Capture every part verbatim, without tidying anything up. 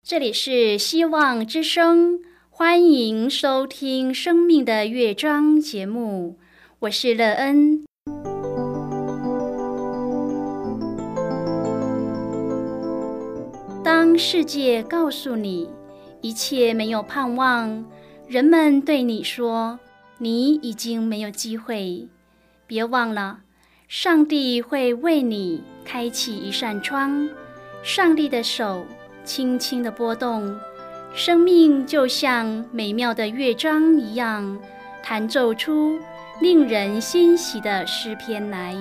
这里是希望之声，欢迎收听生命的乐章节目，我是乐恩。当世界告诉你一切没有盼望，人们对你说你已经没有机会，别忘了上帝会为你开启一扇窗，上帝的手轻轻地拨动，生命就像美妙的乐章一样，弹奏出令人欣喜的诗篇来。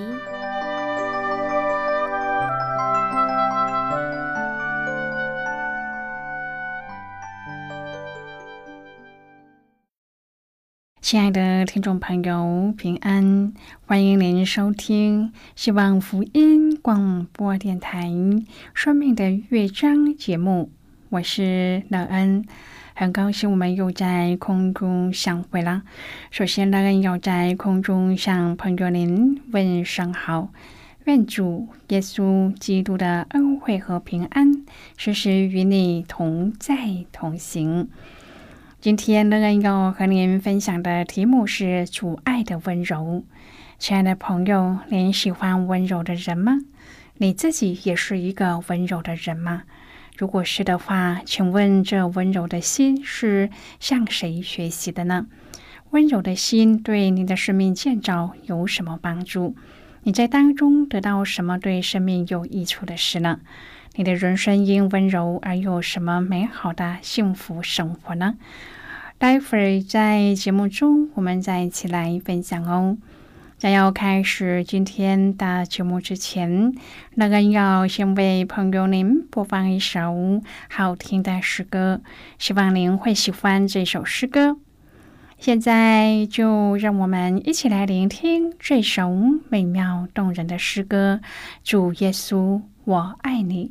亲爱的听众朋友，平安，欢迎您收听希望福音广播电台生命的乐章节目，我是乐恩，很高兴我们又在空中相会了。首先，乐恩要在空中向朋友您问声好，愿主耶稣基督的恩惠和平安时时与你同在同行。今天乐恩要和您分享的题目是主爱的温柔。亲爱的朋友，您喜欢温柔的人吗？你自己也是一个温柔的人吗？如果是的话，请问这温柔的心是向谁学习的呢？温柔的心对你的生命建造有什么帮助？你在当中得到什么对生命有益处的事呢？你的人生因温柔而有什么美好的幸福生活呢？待会儿在节目中我们再一起来分享哦。在要开始今天的节目之前，乐恩要先为朋友您播放一首好听的诗歌，希望您会喜欢这首诗歌。现在就让我们一起来聆听这首美妙动人的诗歌，主耶稣，我爱你。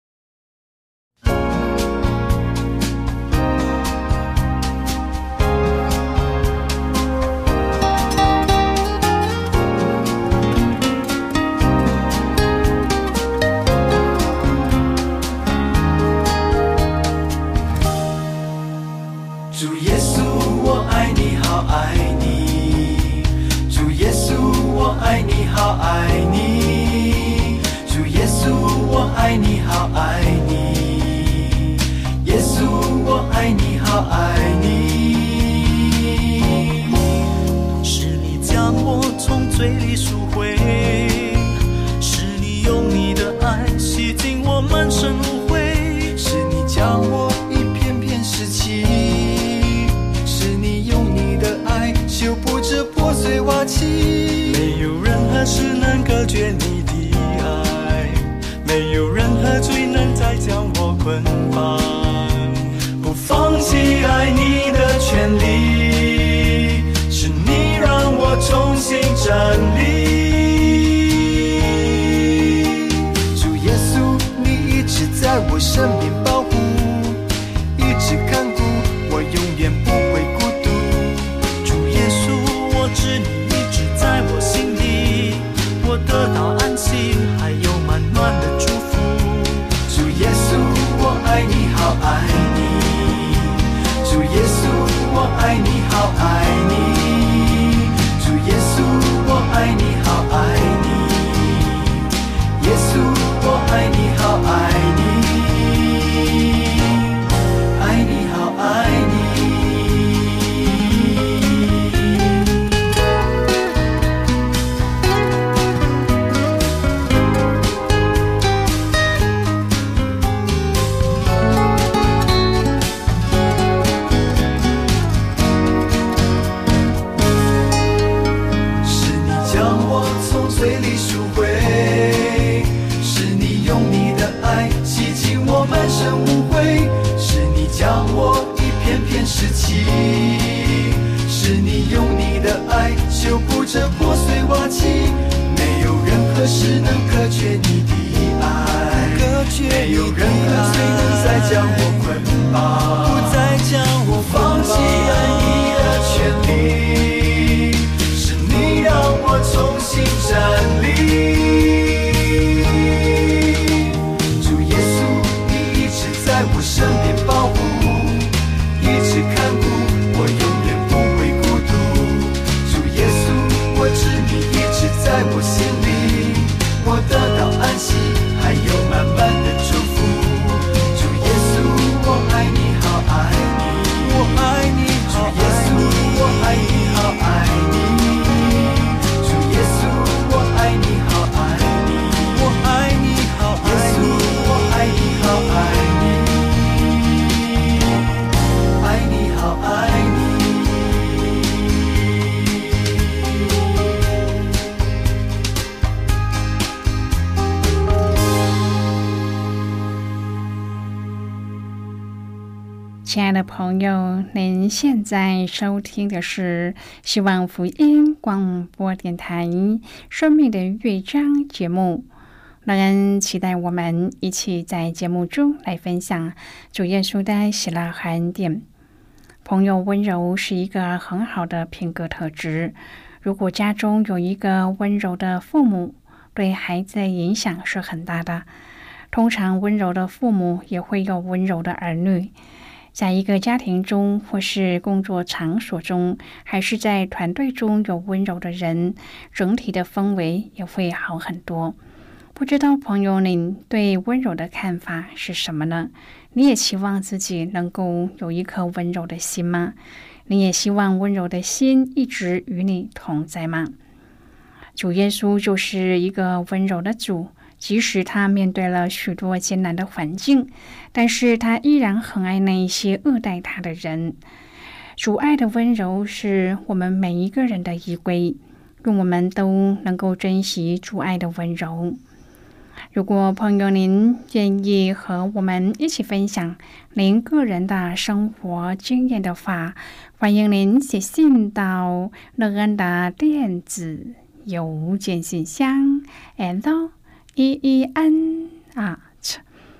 主耶稣，我爱你，好爱你。主耶稣，我爱你，好爱你。主耶稣，我爱你，好爱你。耶稣，我爱你，好爱你。是你将我从罪里赎回，是你用你的爱洗净我满身污秽，是你将我一片片拾起，修补这破碎瓦器，没有任何事能隔绝你的爱，没有任何罪能再将我捆绑，不放弃爱你的权利，是你让我重新站立。主耶稣，你一直在我身边保护，一直看顾我，永远不会孤独。是你一直在我心里，我得到安息，还有满满的祝福。主耶稣，我爱你，好爱你。主耶稣，我爱你，好爱你。主耶稣，我爱你，好爱你。耶稣，我爱你，好爱你。爱你，好爱你。罪里赎回，是你用你的爱洗净我满身污秽，是你将我一片片拾起，是你用你的爱修补这破碎瓦器，没有任何事能隔绝你的爱，没有任何罪能再将我捆绑，不再将我放弃爱你的权利，是你让我重新站立。主耶稣，你一直在我身边亲爱的朋友，您现在收听的是希望福音广播电台《生命的乐章》节目。让人期待我们一起在节目中来分享主耶稣的喜乐和恩典。朋友，温柔是一个很好的品格特质。如果家中有一个温柔的父母，对孩子的影响是很大的。通常温柔的父母也会有温柔的儿女。在一个家庭中，或是工作场所中，还是在团队中有温柔的人，整体的氛围也会好很多。不知道朋友您对温柔的看法是什么呢？你也期望自己能够有一颗温柔的心吗？你也希望温柔的心一直与你同在吗？主耶稣就是一个温柔的主，即使他面对了许多艰难的环境，但是他依然很爱那一些恶待他的人。主爱的温柔是我们每一个人的依归，愿我们都能够珍惜主爱的温柔。如果朋友您愿意和我们一起分享您个人的生活经验的话，欢迎您写信到乐恩的电子邮件信箱 l e e n at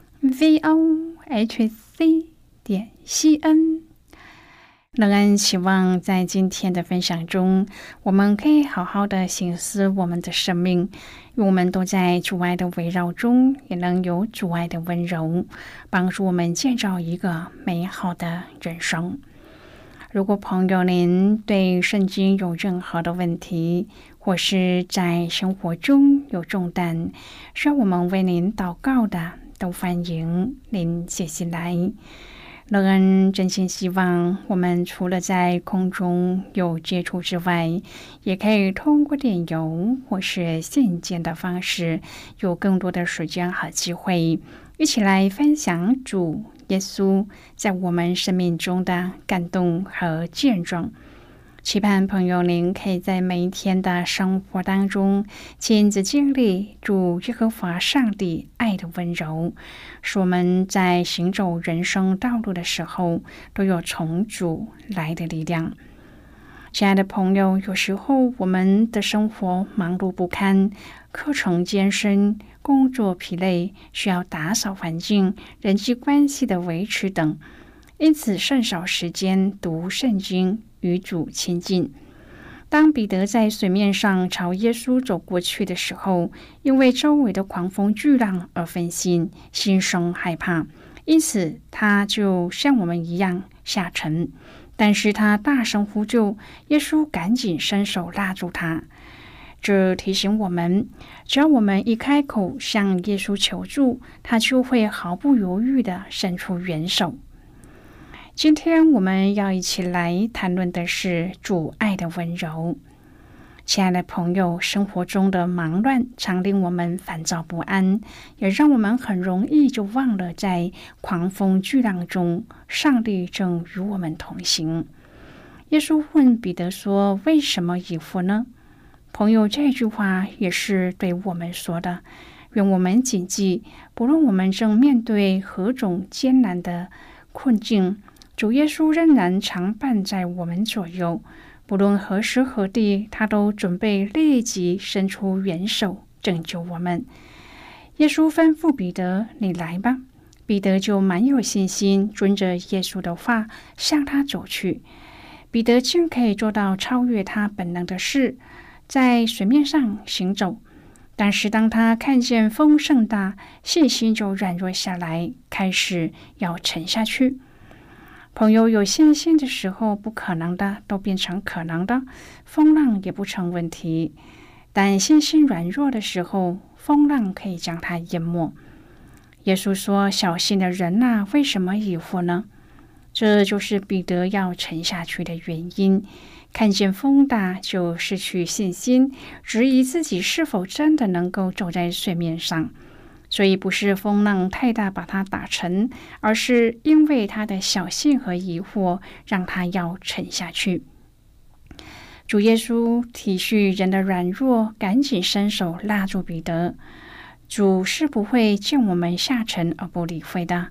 v o h c 点 c n。乐恩希望在今天的分享中，我们可以好好的省思我们的生命，我们都在主爱的围绕中，也能有主爱的温柔，帮助我们建造一个美好的人生。如果朋友您对圣经有任何的问题，或是在生活中有重担，需要我们为您祷告的，都欢迎您写信来。乐恩真心希望我们除了在空中有接触之外，也可以通过电邮或是信件的方式，有更多的时间和机会，一起来分享主耶稣在我们生命中的感动和见证。期盼朋友您可以在每一天的生活当中亲自经历主耶和华上帝爱的温柔，使我们在行走人生道路的时候都有从主来的力量。亲爱的朋友，有时候我们的生活忙碌不堪，课程艰深，工作疲累，需要打扫环境，人际关系的维持等，因此甚少时间读圣经，与主亲近。当彼得在水面上朝耶稣走过去的时候，因为周围的狂风巨浪而分心，心生害怕，因此他就像我们一样下沉。但是他大声呼救，耶稣赶紧伸手拉住他。这提醒我们，只要我们一开口向耶稣求助，他就会毫不犹豫地伸出援手。今天我们要一起来谈论的是主爱的温柔。亲爱的朋友，生活中的忙乱常令我们烦躁不安，也让我们很容易就忘了在狂风巨浪中，上帝正与我们同行。耶稣问彼得说：“为什么疑惑呢？”朋友，这句话也是对我们说的。愿我们谨记，不论我们正面对何种艰难的困境，主耶稣仍然常伴在我们左右，不论何时何地，他都准备立即伸出援手拯救我们。耶稣吩咐彼得：“你来吧。”彼得就满有信心，遵着耶稣的话向他走去。彼得竟可以做到超越他本能的事，在水面上行走。但是当他看见风甚大，信心就软弱下来，开始要沉下去。朋友，有信心的时候，不可能的都变成可能的，风浪也不成问题。但信心软弱的时候，风浪可以将它淹没。耶稣说：“小心的人啊，为什么疑惑呢？”这就是彼得要沉下去的原因。看见风大就失去信心，质疑自己是否真的能够走在水面上。所以不是风浪太大把他打沉，而是因为他的小信和疑惑，让他要沉下去。主耶稣体恤人的软弱，赶紧伸手拉住彼得。主是不会见我们下沉而不理会的，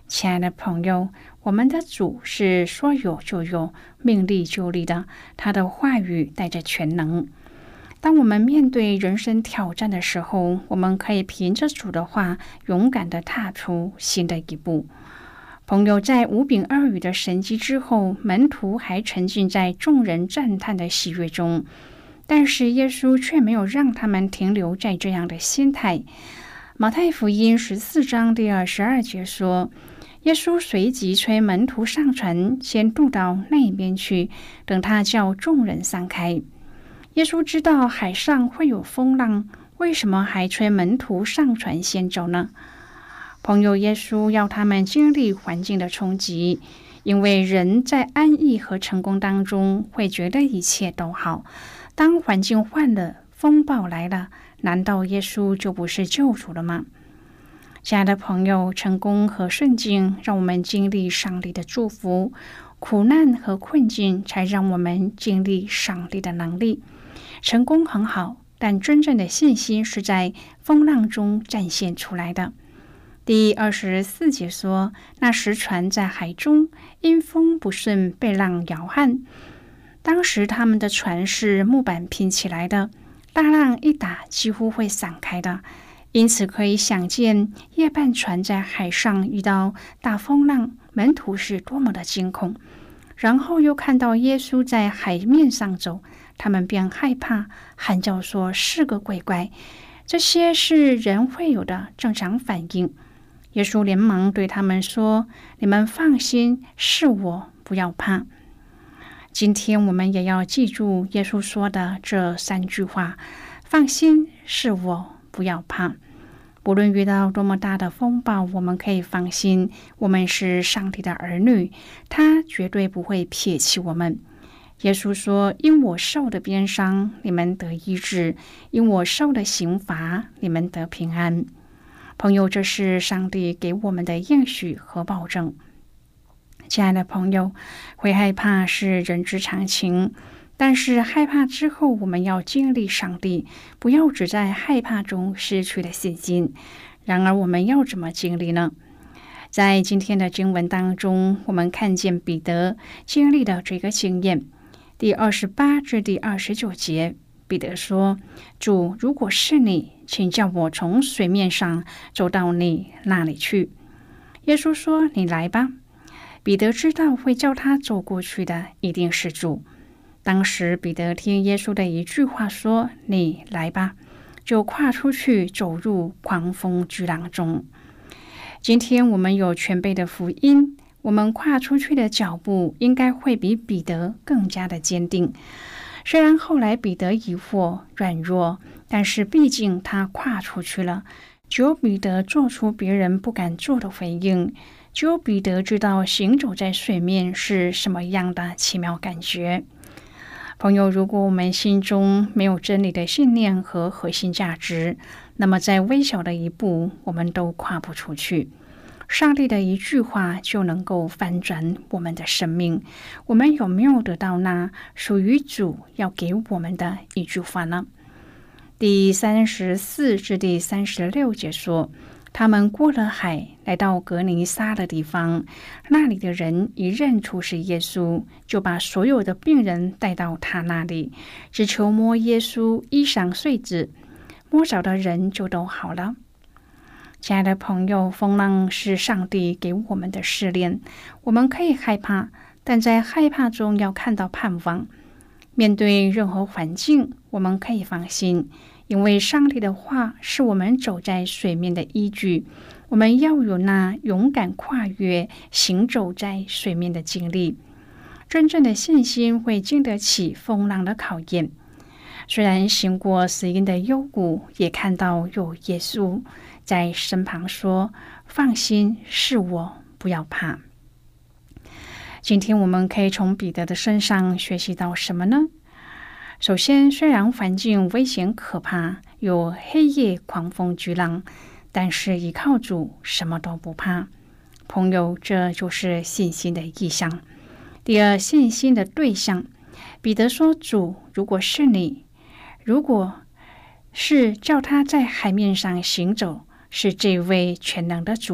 亲爱的朋友，我们的主是说有就有，命立就立的，他的话语带着全能。当我们面对人生挑战的时候，我们可以凭着主的话，勇敢地踏出新的一步。朋友，在五饼二鱼的神迹之后，门徒还沉浸在众人赞叹的喜悦中，但是耶稣却没有让他们停留在这样的心态。马太福音十四章第二十二节说，耶稣随即催门徒上船，先渡到那边去，等他叫众人散开。耶稣知道海上会有风浪，为什么还催门徒上船先走呢？朋友，耶稣要他们经历环境的冲击，因为人在安逸和成功当中会觉得一切都好。当环境换了，风暴来了，难道耶稣就不是救主了吗？亲爱的朋友，成功和顺境让我们经历上帝的祝福，苦难和困境才让我们经历上帝的能力。成功很好，但真正的信心是在风浪中展现出来的。第二十四节说，那时船在海中，因风不顺，被浪摇撼。当时他们的船是木板拼起来的，大浪一打几乎会散开的，因此可以想见夜半船在海上遇到大风浪，门徒是多么的惊恐。然后又看到耶稣在海面上走，他们便害怕，喊叫说是个鬼怪。这些是人会有的正常反应。耶稣连忙对他们说，你们放心，是我，不要怕。今天我们也要记住耶稣说的这三句话，放心，是我，不要怕。不论遇到多么大的风暴，我们可以放心，我们是上帝的儿女，他绝对不会撇弃我们。耶稣说，因我受的鞭伤，你们得医治；因我受的刑罚，你们得平安。朋友，这是上帝给我们的应许和保证。亲爱的朋友，会害怕是人之常情，但是害怕之后，我们要经历上帝，不要只在害怕中失去了信心。然而，我们要怎么经历呢？在今天的经文当中，我们看见彼得经历的这个经验。第二十八至第二十九节，彼得说，主，如果是你，请叫我从水面上走到你那里去。耶稣说，你来吧。彼得知道会叫他走过去的一定是主。当时彼得听耶稣的一句话说，你来吧，就跨出去走入狂风巨浪中。今天我们有全备的福音，我们跨出去的脚步应该会比彼得更加的坚定。虽然后来彼得疑惑软弱，但是毕竟他跨出去了。只有彼得做出别人不敢做的回应，只有彼得知道行走在水面是什么样的奇妙感觉。朋友，如果我们心中没有真理的信念和核心价值，那么在微小的一步我们都跨不出去。上帝的一句话就能够翻转我们的生命。我们有没有得到那属于主要给我们的一句话呢？第三十四至第三十六节说，他们过了海，来到格尼撒的地方，那里的人一认出是耶稣，就把所有的病人带到他那里，只求摸耶稣衣裳穗子，摸着的人就都好了。亲爱的朋友，风浪是上帝给我们的试炼，我们可以害怕，但在害怕中要看到盼望。面对任何环境，我们可以放心，因为上帝的话是我们走在水面的依据。我们要有那勇敢跨越、行走在水面的经历。真正的信心会经得起风浪的考验。虽然行过死荫的幽谷，也看到有耶稣在身旁说，放心，是我，不要怕。今天我们可以从彼得的身上学习到什么呢？首先，虽然环境危险可怕，有黑夜狂风巨浪，但是依靠主，什么都不怕。朋友，这就是信心的意象。第二，信心的对象。彼得说，主，如果是你，如果是叫他在海面上行走，是这位全能的主，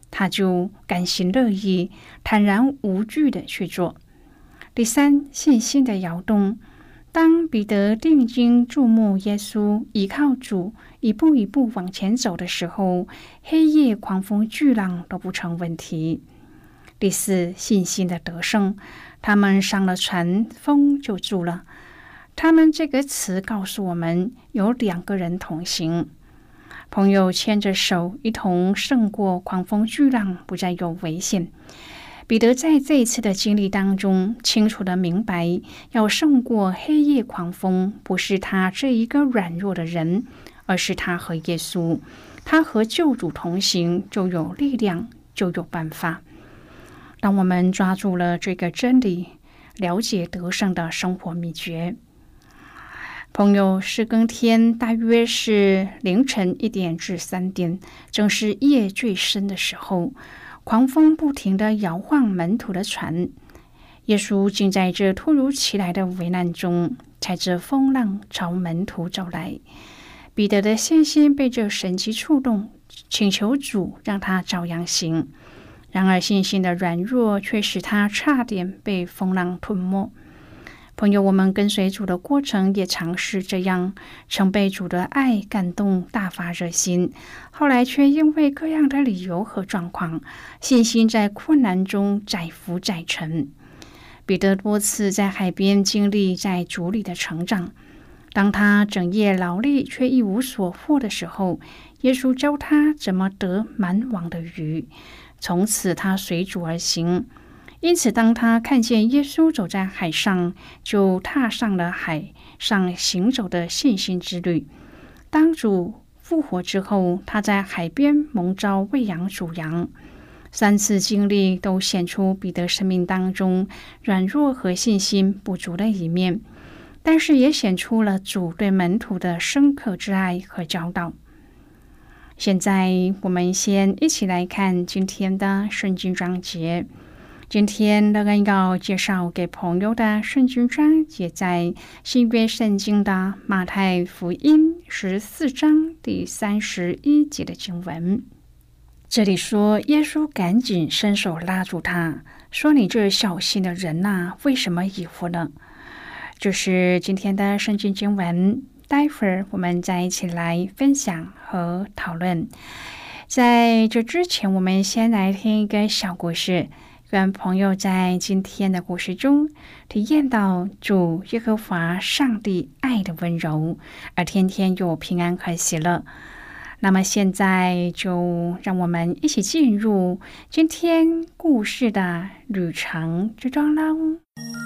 他就甘心乐意、坦然无惧地去做。第三，信心的摇动。当彼得定睛注目耶稣，依靠主一步一步往前走的时候，黑夜、狂风、巨浪都不成问题。第四，信心的得胜。他们上了船，风就住了。他们这个词告诉我们，有两个人同行，朋友牵着手，一同胜过狂风巨浪，不再有危险。彼得在这一次的经历当中，清楚地明白，要胜过黑夜狂风，不是他这一个软弱的人，而是他和耶稣。他和救主同行，就有力量，就有办法。当我们抓住了这个真理，了解得胜的生活秘诀。朋友，四更天大约是凌晨一点至三点，正是夜最深的时候。狂风不停地摇晃门徒的船，耶稣竟在这突如其来的危难中，踩着风浪朝门徒走来。彼得的信心被这神迹触动，请求主让他照样行。然而信心的软弱却使他差点被风浪吞没。朋友，我们跟随主的过程也尝试这样，曾被主的爱感动，大发热心，后来却因为各样的理由和状况，信心在困难中载浮载沉。彼得多次在海边经历在主里的成长，当他整夜劳力却一无所获的时候，耶稣教他怎么得满网的鱼，从此他随主而行。因此当他看见耶稣走在海上，就踏上了海上行走的信心之旅。当主复活之后，他在海边蒙召喂养主羊。三次经历都显出彼得生命当中软弱和信心不足的一面，但是也显出了主对门徒的深刻之爱和教导。现在我们先一起来看今天的圣经章节。今天乐恩要介绍给朋友的圣经章节在新约圣经的马太福音十四章第三十一节的经文。这里说，耶稣赶紧伸手拉住他，说：“你这小心的人啊，为什么疑惑呢？”这是今天的圣经经文，待会儿我们再一起来分享和讨论。在这之前，我们先来听一个小故事，愿朋友在今天的故事中体验到主耶和华上帝爱的温柔，而天天有平安和喜乐。那么现在就让我们一起进入今天故事的旅程之中喽。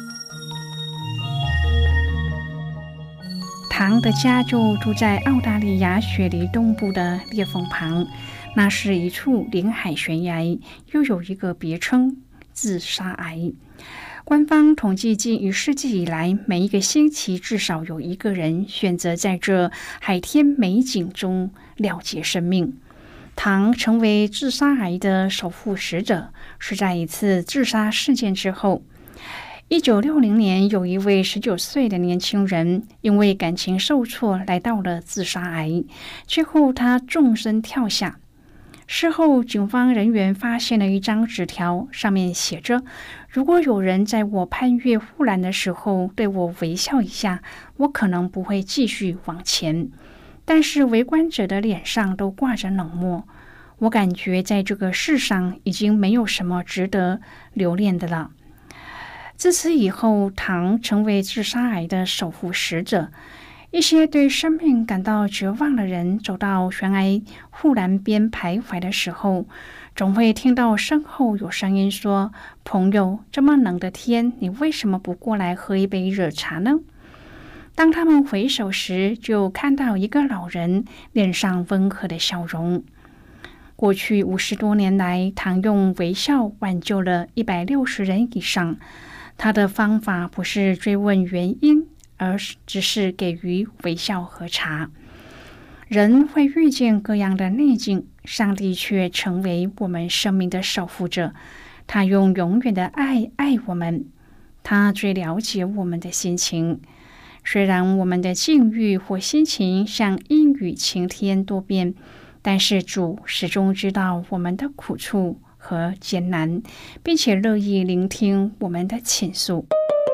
唐的家就住在澳大利亚雪梨东部的裂缝旁，那是一处临海悬崖，又有一个别称自杀崖。官方统计，近一世纪以来，每一个星期至少有一个人选择在这海天美景中了结生命。唐成为自杀崖的首富使者，是在一次自杀事件之后。一九六零年，有一位十九岁的年轻人因为感情受挫，来到了自杀崖，最后他纵身跳下。事后，警方人员发现了一张纸条，上面写着：“如果有人在我攀越护栏的时候对我微笑一下，我可能不会继续往前。”但是围观者的脸上都挂着冷漠。我感觉在这个世上已经没有什么值得留恋的了。自此以后，唐成为自杀崖的守护使者。一些对生命感到绝望的人走到悬崖护栏边徘徊的时候，总会听到身后有声音说：“朋友，这么冷的天，你为什么不过来喝一杯热茶呢？”当他们回首时，就看到一个老人脸上温和的笑容。过去五十多年来，唐用微笑挽救了一百六十人以上。他的方法不是追问原因，而只是给予微笑和茶。人会遇见各样的逆境，上帝却成为我们生命的守护者。他用永远的爱爱我们，他最了解我们的心情。虽然我们的境遇或心情像阴雨晴天多变， 但是主始终知道我们的苦处和艰难，并且乐意聆听我们的倾诉。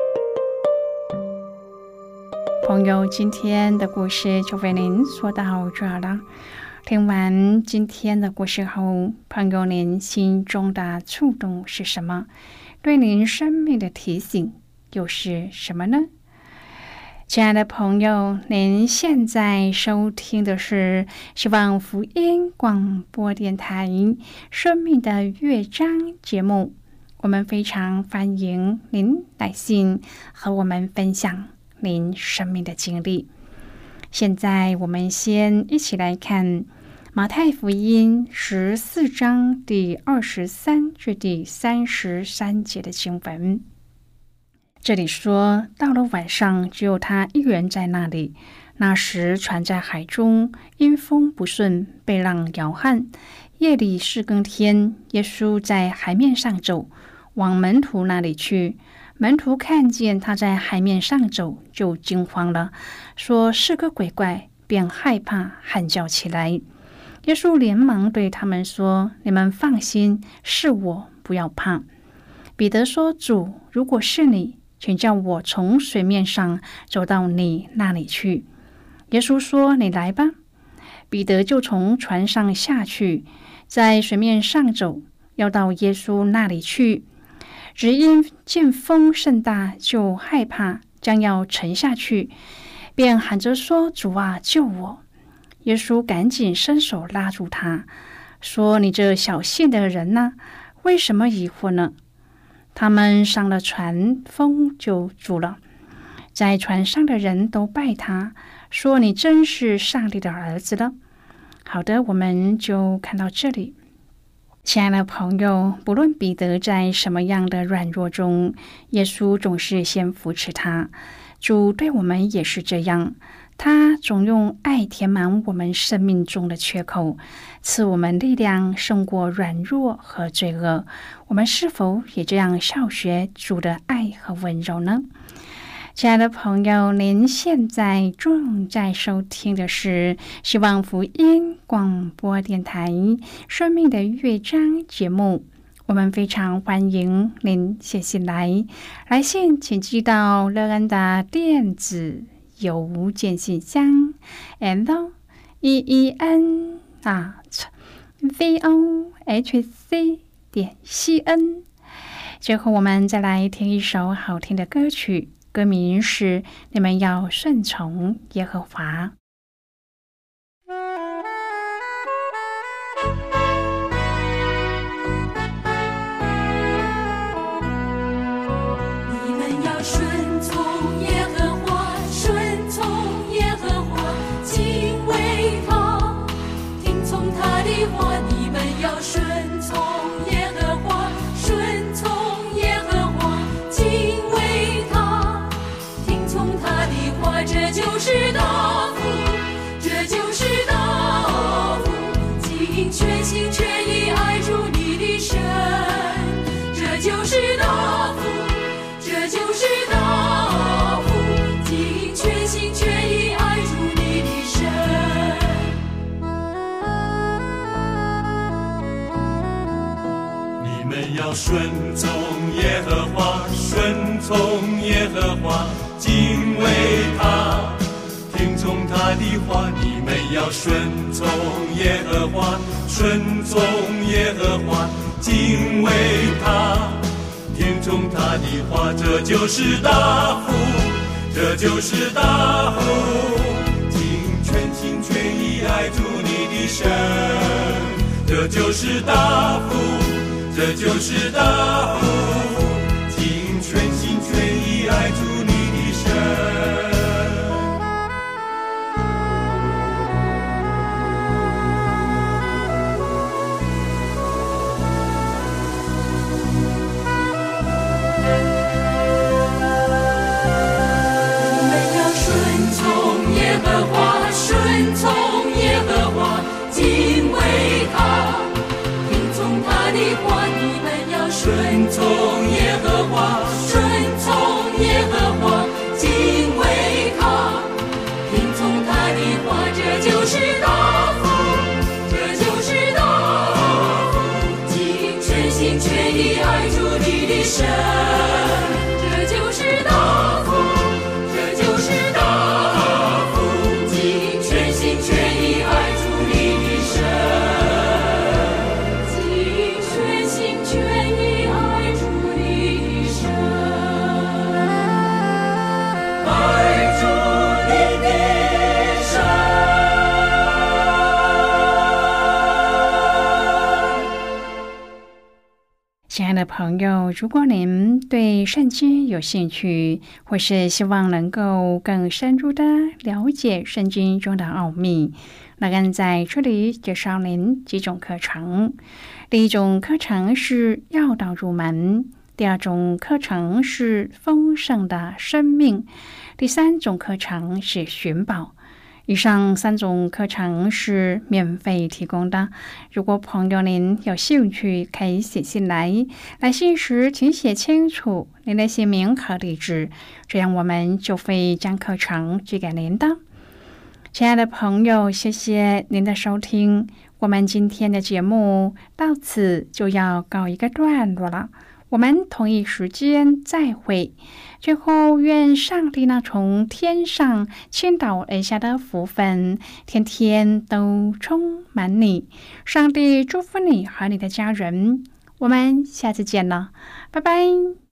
朋友，今天的故事就为您说到这儿了。听完今天的故事后，朋友您心中的触动是什么？对您生命的提醒又是什么呢？亲爱的朋友，您现在收听的是希望福音广播电台生命的乐章节目，我们非常欢迎您来信和我们分享您生命的经历。现在我们先一起来看马太福音十四章第二十三至第三十三节的经文。这里说，到了晚上，只有他一人在那里。那时船在海中，因风不顺，被浪摇撼。夜里四更天，耶稣在海面上走，往门徒那里去。门徒看见他在海面上走，就惊慌了，说是个鬼怪，便害怕，喊叫起来。耶稣连忙对他们说：“你们放心，是我，不要怕。”彼得说：“主，如果是你，请叫我从水面上走到你那里去。”耶稣说：“你来吧。”彼得就从船上下去，在水面上走，要到耶稣那里去。只因见风甚大，就害怕，将要沉下去，便喊着说：“主啊，救我！”耶稣赶紧伸手拉住他，说：“你这小信的人呢？为什么疑惑呢？”他们上了船，风就住了。在船上的人都拜他，说：“你真是上帝的儿子了。”好的，我们就看到这里。亲爱的朋友，不论彼得在什么样的软弱中，耶稣总是先扶持他。主对我们也是这样，他总用爱填满我们生命中的缺口，赐我们力量胜过软弱和罪恶。我们是否也这样效学主的爱和温柔呢？亲爱的朋友，您现在正在收听的是希望福音广播电台生命的乐章节目，我们非常欢迎您写信来，来信请寄到乐安的电子邮件信箱 l e e n at v o h c 点 c n。 最后我们再来听一首好听的歌曲，歌名是《你们要顺从耶和华》。 你们要顺从耶和华，顺从耶和华，敬畏他，听从他的话。你们要顺从耶和华，顺从耶和华，敬畏他，听从他的话。这就是大福，这就是大福，尽全心全意爱主你的神。这就是大福，这就是大福，尽全心全意爱主你的神。 你们要顺从耶和华，顺从耶和华，敬畏他，听从他的话。你们要顺从耶和华，顺从耶和华，敬畏他，听从他的话。这就是大福，这就是大福，尽全心全意爱主你的神。这就是大福，这就是大福，尽全心全意爱主你的神。 顺从耶和华，敬畏他，听从他的话。你们要顺从耶和华，顺从耶和华，敬畏他，听从他的话。这就是大福，这的朋友，如果您对圣经有兴趣，或是希望能够更深入的了解圣经中的奥秘，那跟在这里介绍您几种课程。第一种课程是要道入门，第二种课程是丰盛的生命，第三种课程是寻宝。以上三种课程是免费提供的，如果朋友您有兴趣，可以写信来。来信时请写清楚您的姓名和地址，这样我们就会将课程寄给您的。亲爱的朋友，谢谢您的收听，我们今天的节目到此就要告一个段落了，我们同一时间再会。最后，愿上帝那从天上倾倒而下的福分，天天都充满你。上帝祝福你和你的家人，我们下次见了，拜拜。